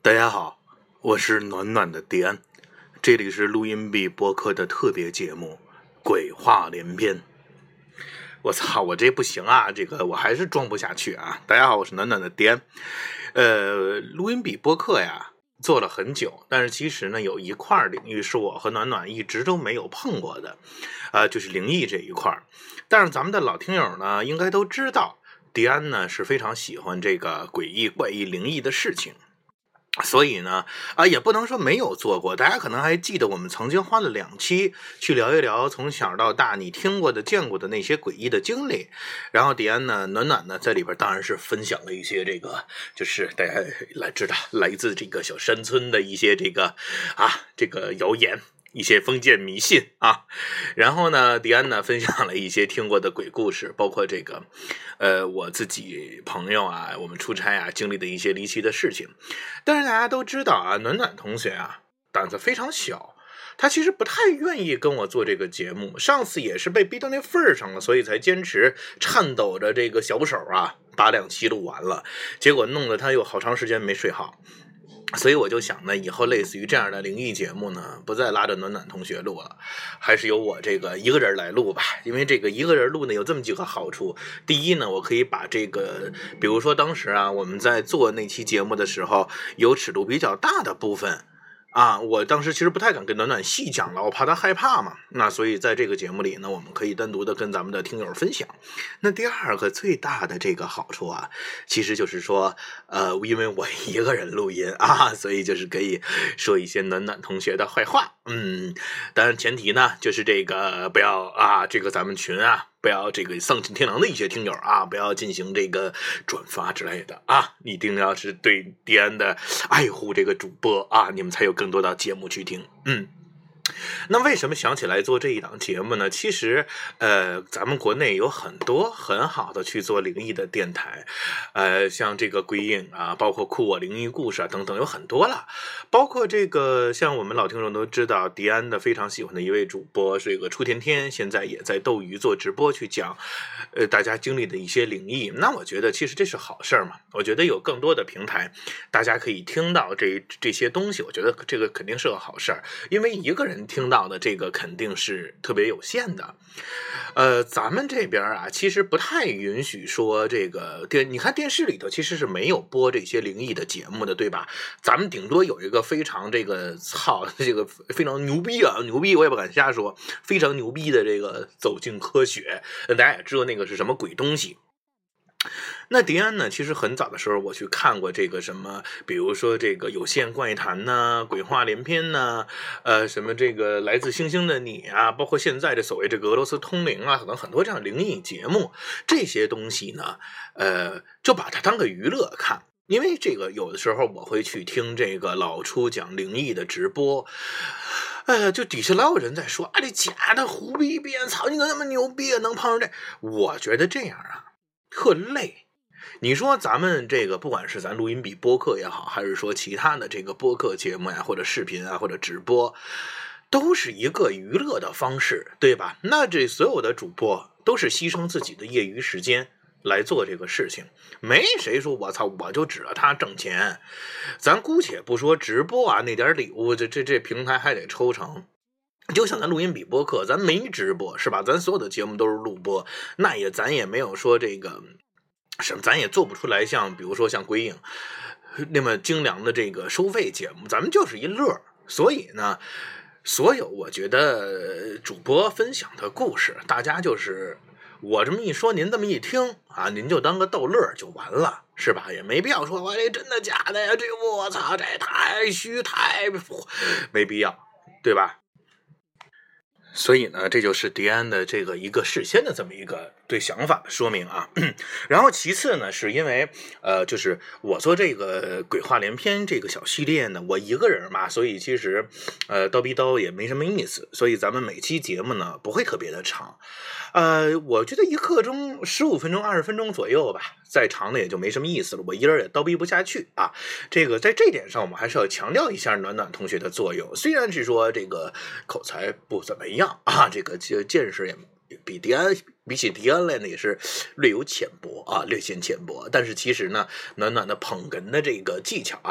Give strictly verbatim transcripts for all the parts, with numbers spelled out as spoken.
大家好，我是暖暖的迪安，这里是录音笔播客的特别节目《鬼话连篇》。我操，我这不行啊，这个我还是装不下去啊！大家好，我是暖暖的迪安。呃，录音笔播客呀，做了很久，但是其实呢，有一块领域是我和暖暖一直都没有碰过的，呃，就是灵异这一块。但是咱们的老听友呢，应该都知道，迪安呢是非常喜欢这个诡异、怪异、灵异的事情。所以呢，啊，也不能说没有做过。大家可能还记得，我们曾经花了两期去聊一聊从小到大你听过的、见过的那些诡异的经历。然后迪安呢，暖暖呢，在里边当然是分享了一些这个，就是大家来知道来自这个小山村的一些这个啊，这个谣言。一些封建迷信啊，然后呢，迪安呢分享了一些听过的鬼故事，包括这个，呃，我自己朋友啊，我们出差啊经历的一些离奇的事情。但是大家都知道啊，暖暖同学啊胆子非常小，他其实不太愿意跟我做这个节目。上次也是被逼到那份儿上了，所以才坚持颤抖着这个小手啊，把两期录完了，结果弄得他有好长时间没睡好。所以我就想呢，以后类似于这样的灵异节目呢，不再拉着暖暖同学录了，还是由我这个一个人来录吧。因为这个一个人录呢，有这么几个好处。第一呢，我可以把这个，比如说当时啊，我们在做那期节目的时候，有尺度比较大的部分啊，我当时其实不太敢跟暖暖细讲了，我怕他害怕嘛。那所以在这个节目里呢，我们可以单独的跟咱们的听友分享。那第二个最大的这个好处啊，其实就是说，呃，因为我一个人录音啊，所以就是可以说一些暖暖同学的坏话。嗯，当然前提呢，就是这个不要啊，这个咱们群啊。不要这个丧尽天良的一些听友啊，不要进行这个转发之类的啊，一定要是对迪安的爱护这个主播啊，你们才有更多的节目去听。嗯。那为什么想起来做这一档节目呢？其实，呃，咱们国内有很多很好的去做灵异的电台，呃，像这个鬼影啊，包括酷我灵异故事啊等等，有很多了。包括这个，像我们老听众都知道，迪安的非常喜欢的一位主播是这个初天天，现在也在斗鱼做直播去讲，呃，大家经历的一些灵异。那我觉得其实这是好事嘛。我觉得有更多的平台，大家可以听到这这些东西，我觉得这个肯定是个好事儿，因为一个人听到的这个肯定是特别有限的。呃，咱们这边啊，其实不太允许说这个电，你看电视里头其实是没有播这些灵异的节目的，对吧？咱们顶多有一个非常这个操，这个非常牛逼啊，牛逼我也不敢瞎说，非常牛逼的这个走进科学，大家也知道那个是什么鬼东西。那迪安呢，其实很早的时候我去看过这个什么，比如说这个有线怪谈呐、鬼话连篇呐、呃，什么这个来自星星的你啊，包括现在的所谓这个俄罗斯通灵啊，可能很多这样灵异节目，这些东西呢，呃，就把它当个娱乐看。因为这个有的时候我会去听这个老初讲灵异的直播，呃，就底下老有人在说啊，这假的胡逼逼，操你可那么牛逼啊，能碰上这？我觉得这样啊，特累。你说咱们这个不管是咱录音笔播客也好，还是说其他的这个播客节目呀，或者视频啊，或者直播，都是一个娱乐的方式，对吧？那这所有的主播都是牺牲自己的业余时间来做这个事情，没谁说我操我就指着他挣钱。咱姑且不说直播啊那点礼物，这这这平台还得抽成。就像咱录音笔播客，咱没直播是吧？咱所有的节目都是录播，那也咱也没有说这个什么，咱也做不出来像比如说像鬼影那么精良的这个收费节目，咱们就是一乐。所以呢，所有我觉得主播分享的故事，大家就是我这么一说，您这么一听啊，您就当个逗乐就完了，是吧？也没必要说我这真的假的呀，这我操，这太虚太没必要，对吧？所以呢，这就是迪安的这个一个事先的这么一个对想法的说明啊。然后其次呢，是因为呃，就是我做这个鬼话连篇这个小系列呢，我一个人嘛，所以其实呃叨逼叨也没什么意思。所以咱们每期节目呢不会特别的长，呃，我觉得一刻钟十五分钟、二十分钟左右吧，再长的也就没什么意思了。我一人也叨逼不下去啊。这个在这点上，我们还是要强调一下暖暖同学的作用。虽然是说这个口才不怎么样啊，这个见识也比迪安比起迪安来呢也是略有浅薄啊，略显浅薄。但是其实呢，暖暖的捧哏的这个技巧啊，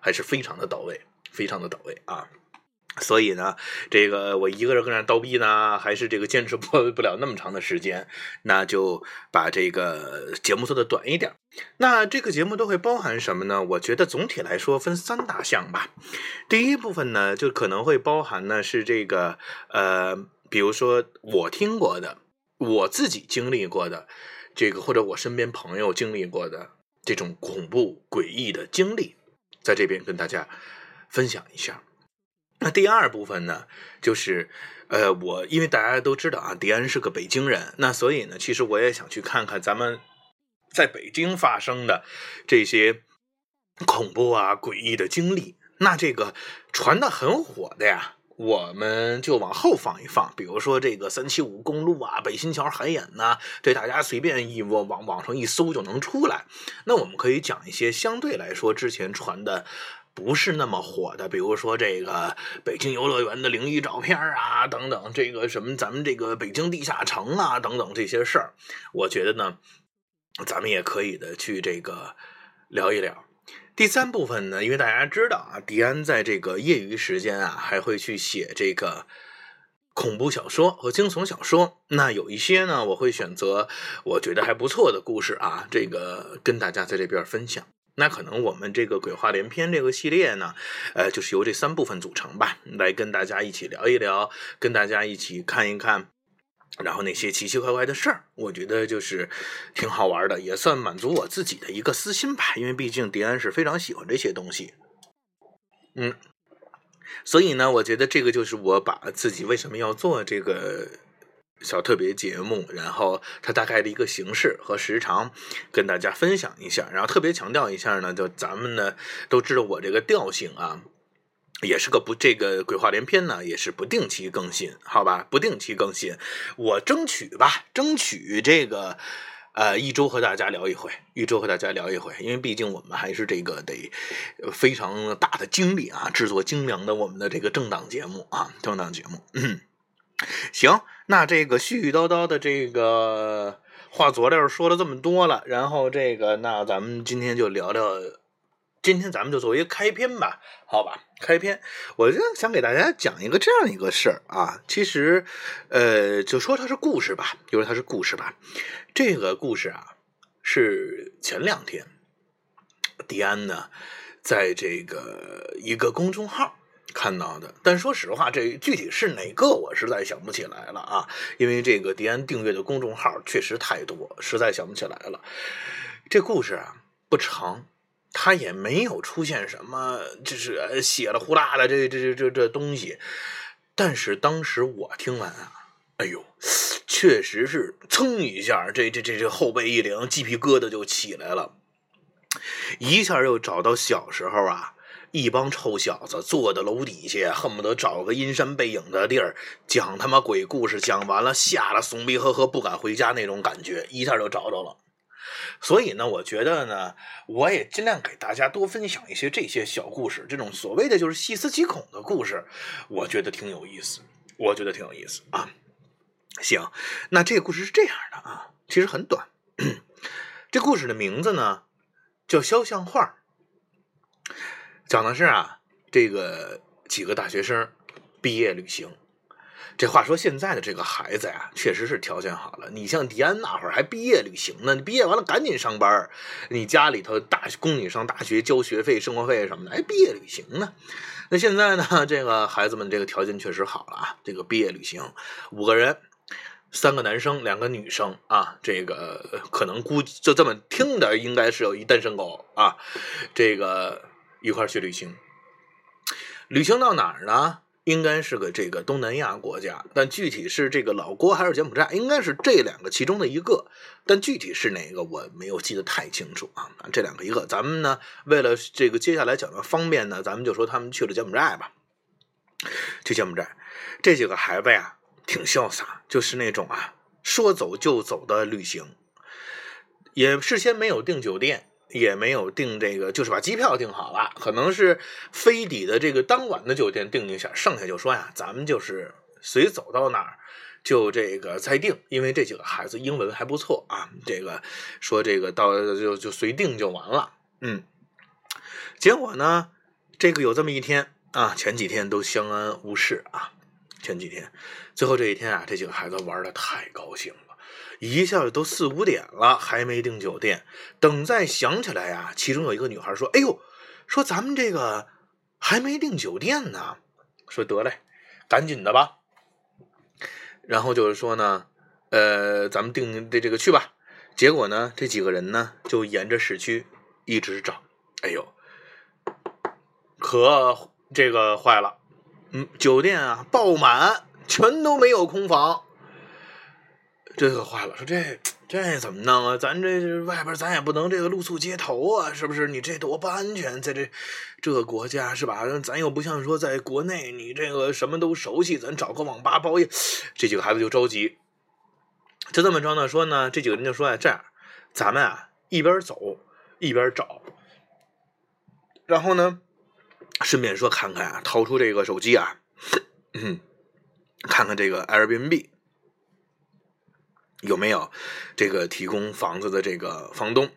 还是非常的到位，非常的到位啊。所以呢，这个我一个人跟那叨逼呢，还是这个坚持不不了那么长的时间，那就把这个节目做的短一点。那这个节目都会包含什么呢？我觉得总体来说分三大项吧。第一部分呢，就可能会包含呢是这个呃，比如说我听过的，我自己经历过的，这个或者我身边朋友经历过的这种恐怖诡异的经历，在这边跟大家分享一下。那第二部分呢，就是呃，我因为大家都知道啊，迪安是个北京人，那所以呢，其实我也想去看看咱们在北京发生的这些恐怖啊、诡异的经历。那这个传的很火的呀，我们就往后放一放，比如说这个三七五公路啊、北新桥海眼呐、啊，对大家随便一网网网上一搜就能出来。那我们可以讲一些相对来说之前传的不是那么火的，比如说这个北京游乐园的灵异照片啊，等等，这个什么咱们这个北京地下城啊，等等这些事儿，我觉得呢，咱们也可以的去这个聊一聊。第三部分呢，因为大家知道啊，迪安在这个业余时间啊，还会去写这个恐怖小说和惊悚小说。那有一些呢，我会选择我觉得还不错的故事啊，这个跟大家在这边分享。那可能我们这个鬼话连篇这个系列呢，呃，就是由这三部分组成吧，来跟大家一起聊一聊，跟大家一起看一看，然后那些奇奇怪怪的事儿，我觉得就是挺好玩的，也算满足我自己的一个私心吧，因为毕竟迪安是非常喜欢这些东西。嗯，所以呢，我觉得这个就是我把自己为什么要做这个小特别节目，然后它大概的一个形式和时长跟大家分享一下，然后特别强调一下呢，就咱们呢都知道我这个调性啊，也是个不这个鬼话连篇呢，也是不定期更新，好吧？不定期更新，我争取吧，争取这个呃一周和大家聊一回，一周和大家聊一回，因为毕竟我们还是这个得非常大的精力啊，制作精良的我们的这个正档节目啊，正档节目。嗯，行，那这个絮絮叨叨的这个话佐料说了这么多了，然后这个那咱们今天就聊聊。今天咱们就作为一个开篇吧，好吧，开篇，我就想给大家讲一个这样一个事儿啊。其实，呃，就说它是故事吧，就说它是故事吧。这个故事啊，是前两天，迪安呢，在这个一个公众号看到的，但说实话，这具体是哪个，我实在想不起来了啊，因为这个迪安订阅的公众号确实太多，实在想不起来了。这故事啊，不长。他也没有出现什么，就是血了呼啦的这这这这这东西，但是当时我听完啊，哎呦，确实是噌一下，这这这这后背一凉，鸡皮疙瘩就起来了，一下又找到小时候啊，一帮臭小子坐在楼底下，恨不得找个阴山背影的地儿讲他妈鬼故事，讲完了吓得怂逼呵呵不敢回家那种感觉，一下就找着了。所以呢，我觉得呢，我也尽量给大家多分享一些这些小故事，这种所谓的就是细思极恐的故事，我觉得挺有意思，我觉得挺有意思啊。行，那这个故事是这样的啊，其实很短。这故事的名字呢叫肖像画，讲的是啊，这个几个大学生毕业旅行。这话说现在的这个孩子呀，确实是条件好了。你像迪安那会儿还毕业旅行呢，你毕业完了赶紧上班，你家里头大供你上大学交学费、生活费什么的，还毕业旅行呢。那现在呢，这个孩子们这个条件确实好了啊。这个毕业旅行，五个人，三个男生，两个女生啊。这个可能估计就这么听的，应该是有一单身狗啊。这个一块去旅行，旅行到哪儿呢？应该是个这个东南亚国家，但具体是这个老挝还是柬埔寨，应该是这两个其中的一个，但具体是哪个我没有记得太清楚啊。这两个一个，咱们呢为了这个接下来讲的方便呢，咱们就说他们去了柬埔寨吧。去柬埔寨，这几个孩子呀挺潇洒，就是那种啊说走就走的旅行，也事先没有订酒店。也没有订这个，就是把机票订好了，可能是飞抵的这个当晚的酒店订一下，剩下就说呀，咱们就是随走到哪儿就这个再订，因为这几个孩子英文还不错啊，这个说这个到就就随订就完了，嗯，结果呢， 这个有这么一天啊，前几天都相安无事啊，前几天，最后这一天啊，这几个孩子玩的太高兴了，一下都四五点了，还没订酒店。等再想起来呀、啊，其中有一个女孩说：“哎呦，说咱们这个还没订酒店呢。”说得嘞，赶紧的吧。然后就是说呢，呃，咱们订这这个去吧。结果呢，这几个人呢就沿着市区一直找，哎呦，可这个坏了，嗯，酒店啊爆满，全都没有空房。这个坏了，说这这怎么弄啊？咱这外边咱也不能这个露宿街头啊，是不是？你这多不安全，在这这个国家是吧？咱又不像说在国内，你这个什么都熟悉，咱找个网吧包夜。这几个孩子就着急，就这么着呢。说呢，这几个人就说啊，这样，咱们啊一边走一边找，然后呢，顺便说看看啊，掏出这个手机啊，嗯，看看这个 Airbnb。有没有这个提供房子的这个房东？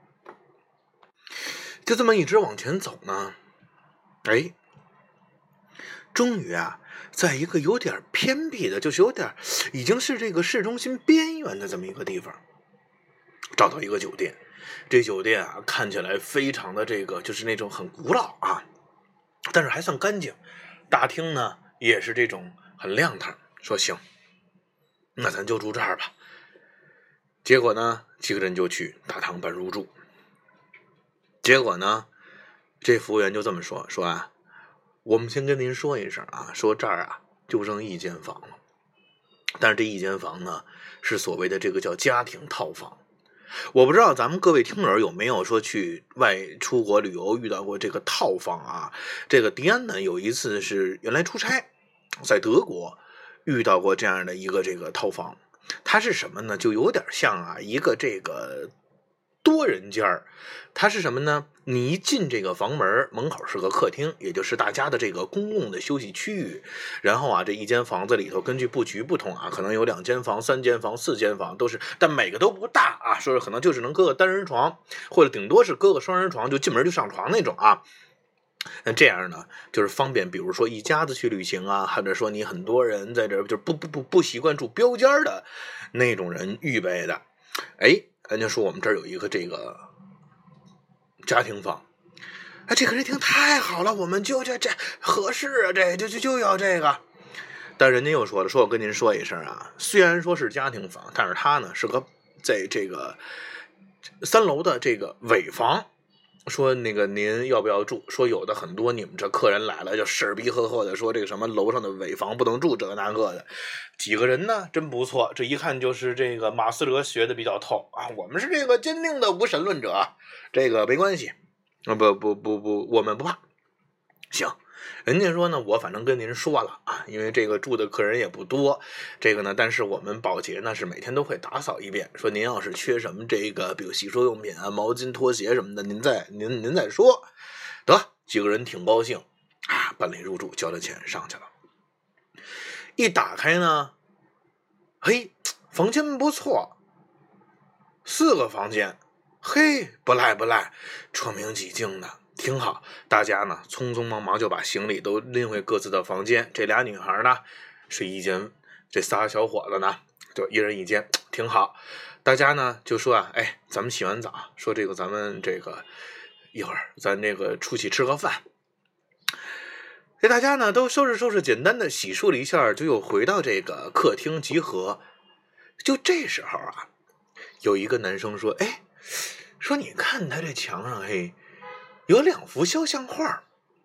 就这么一直往前走呢，哎，终于啊，在一个有点偏僻的，就是有点已经是这个市中心边缘的这么一个地方，找到一个酒店。这酒店啊，看起来非常的这个，就是那种很古老啊，但是还算干净。大厅呢也是这种很亮堂。说行，那咱就住这儿吧。结果呢，几个人就去大堂办入住。结果呢，这服务员就这么说：“说啊，我们先跟您说一声啊，说这儿啊就剩一间房了。但是这一间房呢，是所谓的这个叫家庭套房。我不知道咱们各位听友有没有说去外出国旅游遇到过这个套房啊？这个迪安呢，有一次是原来出差，在德国遇到过这样的一个这个套房。”它是什么呢？就有点像啊一个这个多人间儿。它是什么呢？你一进这个房门，门口是个客厅，也就是大家的这个公共的休息区域。然后啊，这一间房子里头根据布局不同啊，可能有两间房、三间房、四间房，都是，但每个都不大啊，说是可能就是能搁个单人床，或者顶多是搁个双人床，就进门就上床那种啊。那这样呢，就是方便，比如说一家子去旅行啊，或者说你很多人在这儿，就是不不不不习惯住标间的那种人预备的。哎，人家说我们这儿有一个这个家庭房，哎，这个人听太好了，我们就这这合适啊，这就就就要这个。但人家又说了，说我跟您说一声啊，虽然说是家庭房，但是他呢是个在这个三楼的这个尾房。说那个您要不要住？说有的很多你们这客人来了就事逼呵呵的说这个什么楼上的尾房不能住，这个那个的。几个人呢真不错，这一看就是这个马斯德学的比较透啊。我们是这个坚定的无神论者，这个没关系啊，不不不不，我们不怕。行，人家说呢，我反正跟您说了啊，因为这个住的客人也不多，这个呢，但是我们保洁呢是每天都会打扫一遍。说您要是缺什么这个，比如洗漱用品啊、毛巾、拖鞋什么的，您再您您再说。得，几个人挺高兴啊，办理入住，交了钱上去了。一打开呢，嘿，房间不错，四个房间，嘿，不赖不赖，窗明几净的。挺好，大家呢匆匆忙忙就把行李都拎回各自的房间。这俩女孩呢睡一间，这仨小伙子呢就一人一间，挺好。大家呢就说啊，哎，咱们洗完澡，说这个咱们这个一会儿咱这个出去吃个饭。这大家呢都收拾收拾，简单的洗漱了一下，就又回到这个客厅集合。就这时候啊，有一个男生说，哎，说你看他这墙上，嘿，有两幅肖像画。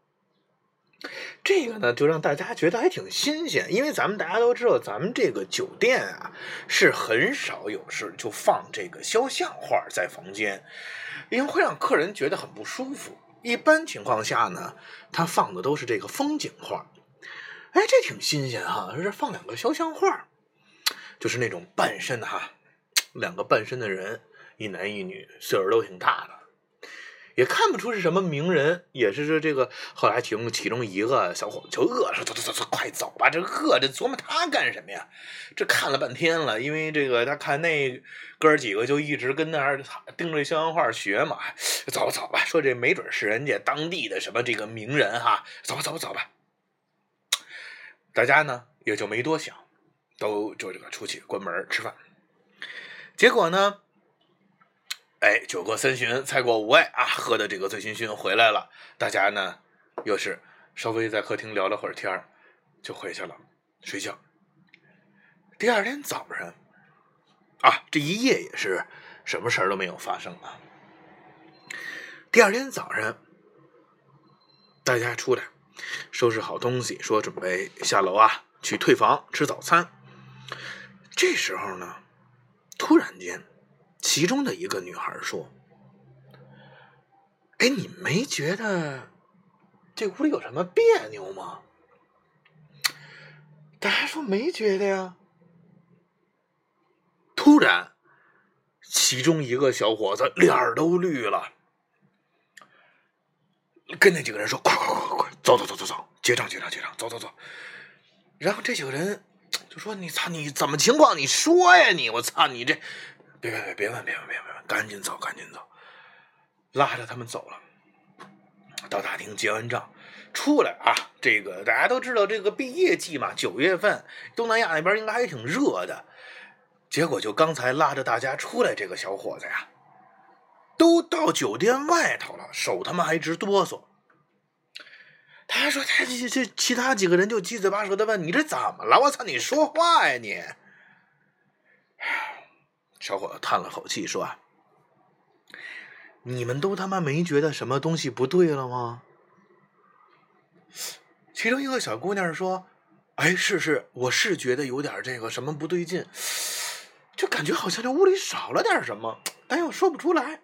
这个呢就让大家觉得还挺新鲜，因为咱们大家都知道，咱们这个酒店啊是很少有事就放这个肖像画在房间，因为会让客人觉得很不舒服。一般情况下呢，他放的都是这个风景画。哎，这挺新鲜哈，这放两个肖像画，就是那种半身哈，两个半身的人，一男一女，岁数都挺大的。 也看不出是什么名人，也是说这个后来其中其中一个小伙子就饿了，说走走走，快走吧，这饿着琢磨他干什么呀？这看了半天了，因为这个他看那哥几个就一直跟那儿盯着肖像画学嘛，走吧走吧，说这没准是人家当地的什么这个名人哈，走吧走吧走吧。大家呢也就没多想，都就这个出去关门吃饭。结果呢？哎，酒过三巡，菜过五味啊，喝的这个醉醺醺回来了。大家呢，又是稍微在客厅聊了会儿天，就回去了睡觉。第二天早上啊，这一夜也是什么事儿都没有发生啊。第二天早上，大家出来收拾好东西，说准备下楼啊，去退房吃早餐。这时候呢，突然间。其中的一个女孩说：“哎，你没觉得这屋里有什么别扭吗？”大家说没觉得呀。突然，其中一个小伙子脸都绿了，跟那几个人说：“快快快快，走走走走走，结账结账结账，走走走。”然后这几个人就说：“你操，你怎么情况？你说呀你！我操你这！”别别别别问别问别问，赶紧走赶紧走，拉着他们走了。到大厅结完账出来啊，这个大家都知道，这个毕业季嘛，九月份东南亚那边应该还挺热的。结果就刚才拉着大家出来这个小伙子呀，都到酒店外头了，手他妈还直哆嗦。他还说他这这其他几个人就七嘴八舌的问：“你这怎么了？我操，你说话呀你！”小伙子叹了口气说：“啊，你们都他妈没觉得什么东西不对了吗？”其中一个小姑娘说：“哎，是是，我是觉得有点这个什么不对劲，就感觉好像这屋里少了点什么，但又说不出来。”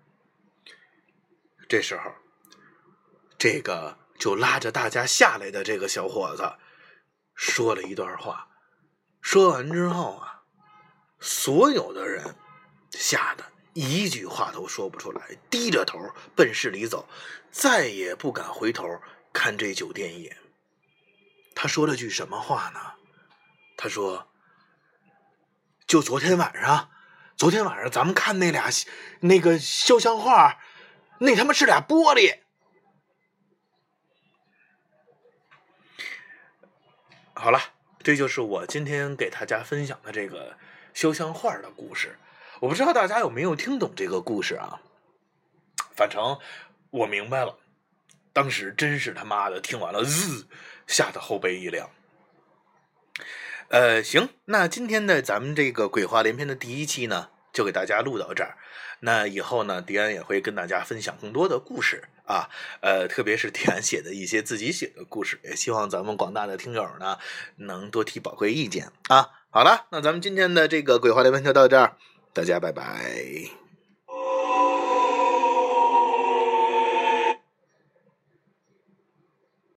这时候，这个就拉着大家下来的这个小伙子说了一段话，说完之后啊。所有的人吓得一句话都说不出来，低着头奔市里走，再也不敢回头看这酒店一眼。他说了句什么话呢？他说：“就昨天晚上，昨天晚上咱们看那俩那个肖像画，那他妈是俩玻璃。”好了，这就是我今天给大家分享的这个肖像画的故事。我不知道大家有没有听懂这个故事啊？反正我明白了，当时真是他妈的听完了，滋，吓得后背一凉。呃，行，那今天的咱们这个鬼话连篇的第一期呢，就给大家录到这儿。那以后呢，迪安也会跟大家分享更多的故事啊，呃，特别是迪安写的一些自己写的故事，也希望咱们广大的听友呢，能多提宝贵意见啊。好了，那咱们今天的这个鬼话连篇就到这儿，大家拜拜。